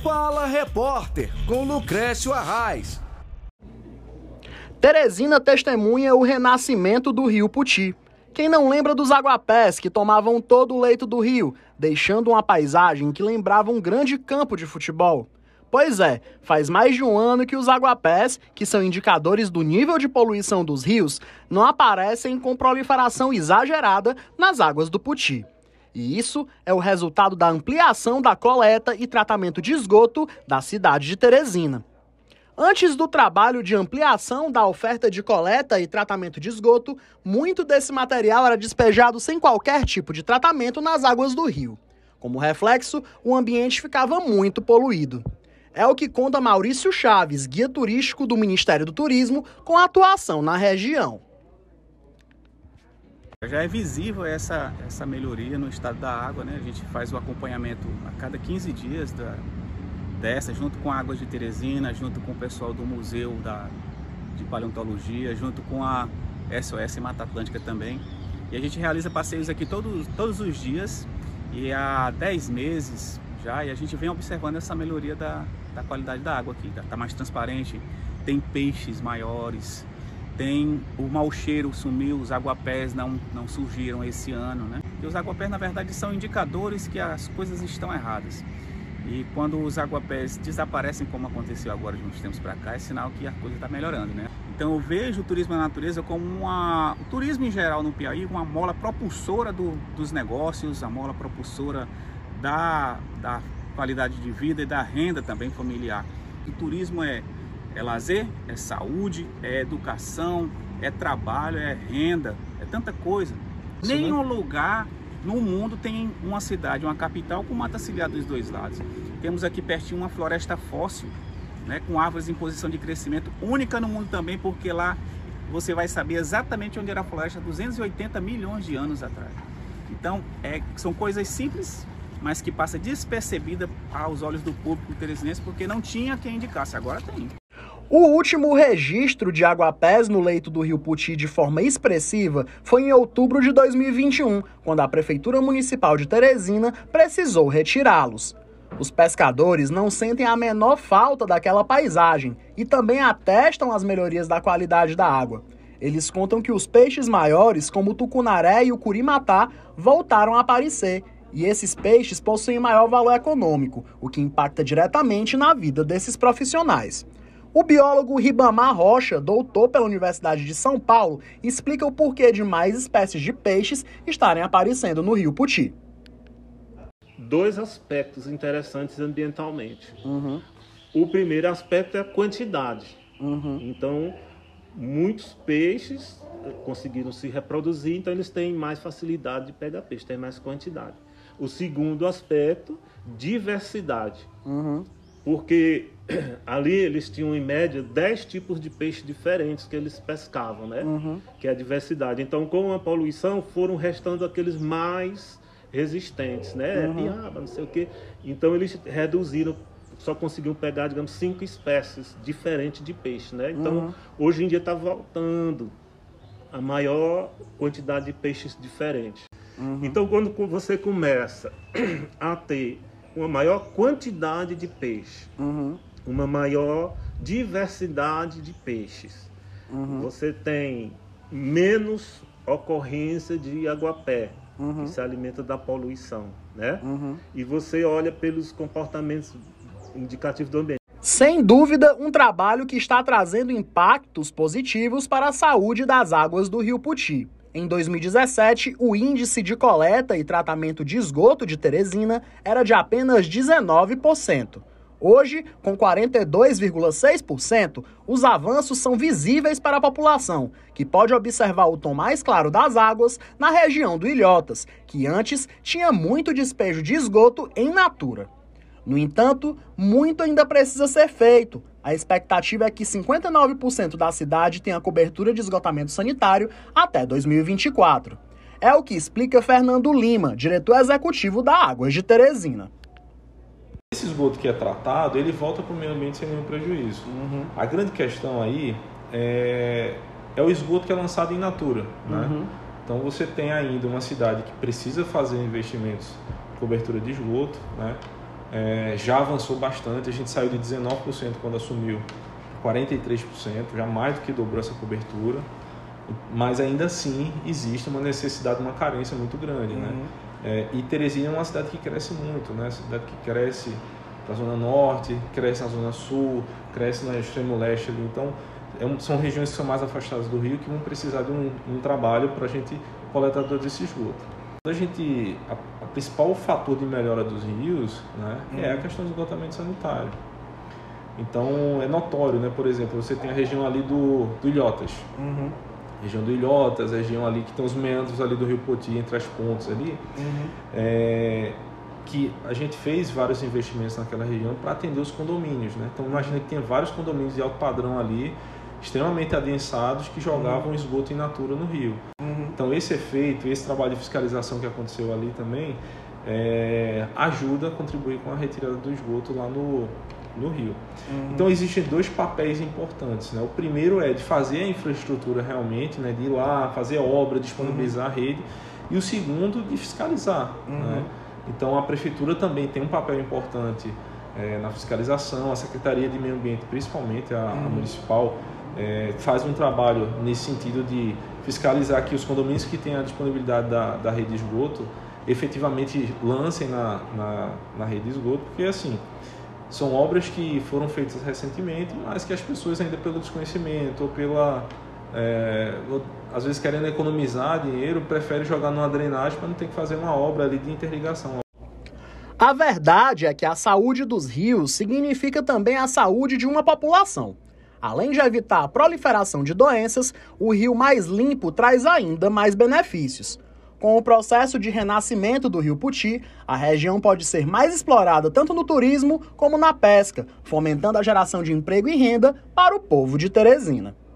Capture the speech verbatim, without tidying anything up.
Fala Repórter, com Lucrécio Arraes. Teresina testemunha o renascimento do rio Puti. Quem não lembra dos aguapés que tomavam todo o leito do rio, deixando uma paisagem que lembrava um grande campo de futebol? Pois é, faz mais de um ano que os aguapés, que são indicadores do nível de poluição dos rios, não aparecem com proliferação exagerada nas águas do Puti. E isso é o resultado da ampliação da coleta e tratamento de esgoto da cidade de Teresina. Antes do trabalho de ampliação da oferta de coleta e tratamento de esgoto, muito desse material era despejado sem qualquer tipo de tratamento nas águas do rio. Como reflexo, o ambiente ficava muito poluído. É o que conta Maurício Chaves, guia turístico do Ministério do Turismo, com atuação na região. Já é visível essa, essa melhoria no estado da água, né? A gente faz o acompanhamento a cada quinze dias da, dessa, junto com a Águas de Teresina, junto com o pessoal do Museu da, de Paleontologia, junto com a S O S Mata Atlântica também. E a gente realiza passeios aqui todos, todos os dias e há dez meses já, e a gente vem observando essa melhoria da, da qualidade da água aqui. Está mais transparente, tem peixes maiores, tem o mau cheiro sumiu, os aguapés não, não surgiram esse ano, né? E os aguapés, na verdade, são indicadores que as coisas estão erradas. E quando os aguapés desaparecem, como aconteceu agora de uns tempos para cá, é sinal que a coisa está melhorando, né? Então eu vejo o turismo na natureza como uma... O turismo em geral no Piauí, uma mola propulsora do, dos negócios, a mola propulsora da, da qualidade de vida e da renda também familiar. O turismo é, é lazer, é saúde, é educação, é trabalho, é renda, é tanta coisa. Sim. Nenhum lugar no mundo tem uma cidade, uma capital com mata ciliar dos dois lados. Temos aqui pertinho uma floresta fóssil, né, com árvores em posição de crescimento, única no mundo também, porque lá você vai saber exatamente onde era a floresta duzentos e oitenta milhões de anos atrás. Então, é, são coisas simples, mas que passa despercebida aos olhos do público teresinense, porque não tinha quem indicasse, agora tem. O último registro de aguapés no leito do rio Puti de forma expressiva foi em outubro de dois mil e vinte e um, quando a Prefeitura Municipal de Teresina precisou retirá-los. Os pescadores não sentem a menor falta daquela paisagem e também atestam as melhorias da qualidade da água. Eles contam que os peixes maiores, como o tucunaré e o curimatá, voltaram a aparecer, e esses peixes possuem maior valor econômico, o que impacta diretamente na vida desses profissionais. O biólogo Ribamar Rocha, doutor pela Universidade de São Paulo, explica o porquê de mais espécies de peixes estarem aparecendo no rio Puti. Dois aspectos interessantes ambientalmente. Uhum. O primeiro aspecto é a quantidade. Uhum. Então, muitos peixes conseguiram se reproduzir, então eles têm mais facilidade de pegar peixe, têm mais quantidade. O segundo aspecto, diversidade. Uhum. Porque ali eles tinham, em média, dez tipos de peixes diferentes que eles pescavam, né? Uhum. Que é a diversidade. Então, com a poluição, foram restando aqueles mais resistentes, né? Uhum. Piaba, não sei o quê. Então, eles reduziram, só conseguiam pegar, digamos, cinco espécies diferentes de peixe, né? Então, uhum. hoje em dia está voltando a maior quantidade de peixes diferentes. Uhum. Então, quando você começa a ter uma maior quantidade de peixe, uhum. uma maior diversidade de peixes, uhum. você tem menos ocorrência de aguapé, uhum. que se alimenta da poluição, né? Uhum. E você olha pelos comportamentos indicativos do ambiente. Sem dúvida, um trabalho que está trazendo impactos positivos para a saúde das águas do rio Puti. Em dois mil e dezessete, o índice de coleta e tratamento de esgoto de Teresina era de apenas dezenove por cento. Hoje, com quarenta e dois vírgula seis por cento, os avanços são visíveis para a população, que pode observar o tom mais claro das águas na região do Ilhotas, que antes tinha muito despejo de esgoto em natura. No entanto, muito ainda precisa ser feito. A expectativa é que cinquenta e nove por cento da cidade tenha cobertura de esgotamento sanitário até dois mil e vinte e quatro. É o que explica Fernando Lima, diretor executivo da Águas de Teresina. Esse esgoto que é tratado, ele volta para o meio ambiente sem nenhum prejuízo. Uhum. A grande questão aí é, é o esgoto que é lançado em natura, né? Uhum. Então você tem ainda uma cidade que precisa fazer investimentos em cobertura de esgoto, né? é, já avançou bastante, a gente saiu de dezenove por cento quando assumiu, quarenta e três por cento, já mais do que dobrou essa cobertura, mas ainda assim existe uma necessidade, uma carência muito grande, uhum. né? É, e Teresina é uma cidade que cresce muito, né? Cidade que cresce na zona norte, cresce na zona sul, cresce no extremo leste ali. Então é um, são regiões que são mais afastadas do rio, que vão precisar de um, um trabalho para a gente coletar todo esse esgoto. A gente, a, a principal fator de melhora dos rios, né, uhum. é a questão do esgotamento sanitário. Então é notório, né? Por exemplo, você tem a região ali do, do Ilhotas, uhum. região do Ilhotas, a região ali que tem os meandros ali do Rio Poti, entre as pontes ali, uhum. é, que a gente fez vários investimentos naquela região para atender os condomínios, né? Então imagina que tem vários condomínios de alto padrão ali, extremamente adensados, que jogavam uhum. esgoto in natura no rio. Uhum. Então esse efeito, esse trabalho de fiscalização que aconteceu ali também, é, ajuda a contribuir com a retirada do esgoto lá no, no rio. Uhum. Então existem dois papéis importantes, né? O primeiro é de fazer a infraestrutura realmente, né? De ir lá, fazer a obra, disponibilizar uhum. a rede, e o segundo de fiscalizar, uhum. né? Então a prefeitura também tem um papel importante é, na fiscalização, a Secretaria de Meio Ambiente, principalmente a, uhum. a municipal, É, faz um trabalho nesse sentido de fiscalizar que os condomínios que têm a disponibilidade da, da rede de esgoto efetivamente lancem na, na, na rede de esgoto, porque assim, são obras que foram feitas recentemente, mas que as pessoas ainda pelo desconhecimento ou pela, é, às vezes querendo economizar dinheiro, preferem jogar numa drenagem para não ter que fazer uma obra ali de interligação. A verdade é que a saúde dos rios significa também a saúde de uma população. Além de evitar a proliferação de doenças, o rio mais limpo traz ainda mais benefícios. Com o processo de renascimento do Rio Poti, a região pode ser mais explorada tanto no turismo como na pesca, fomentando a geração de emprego e renda para o povo de Teresina.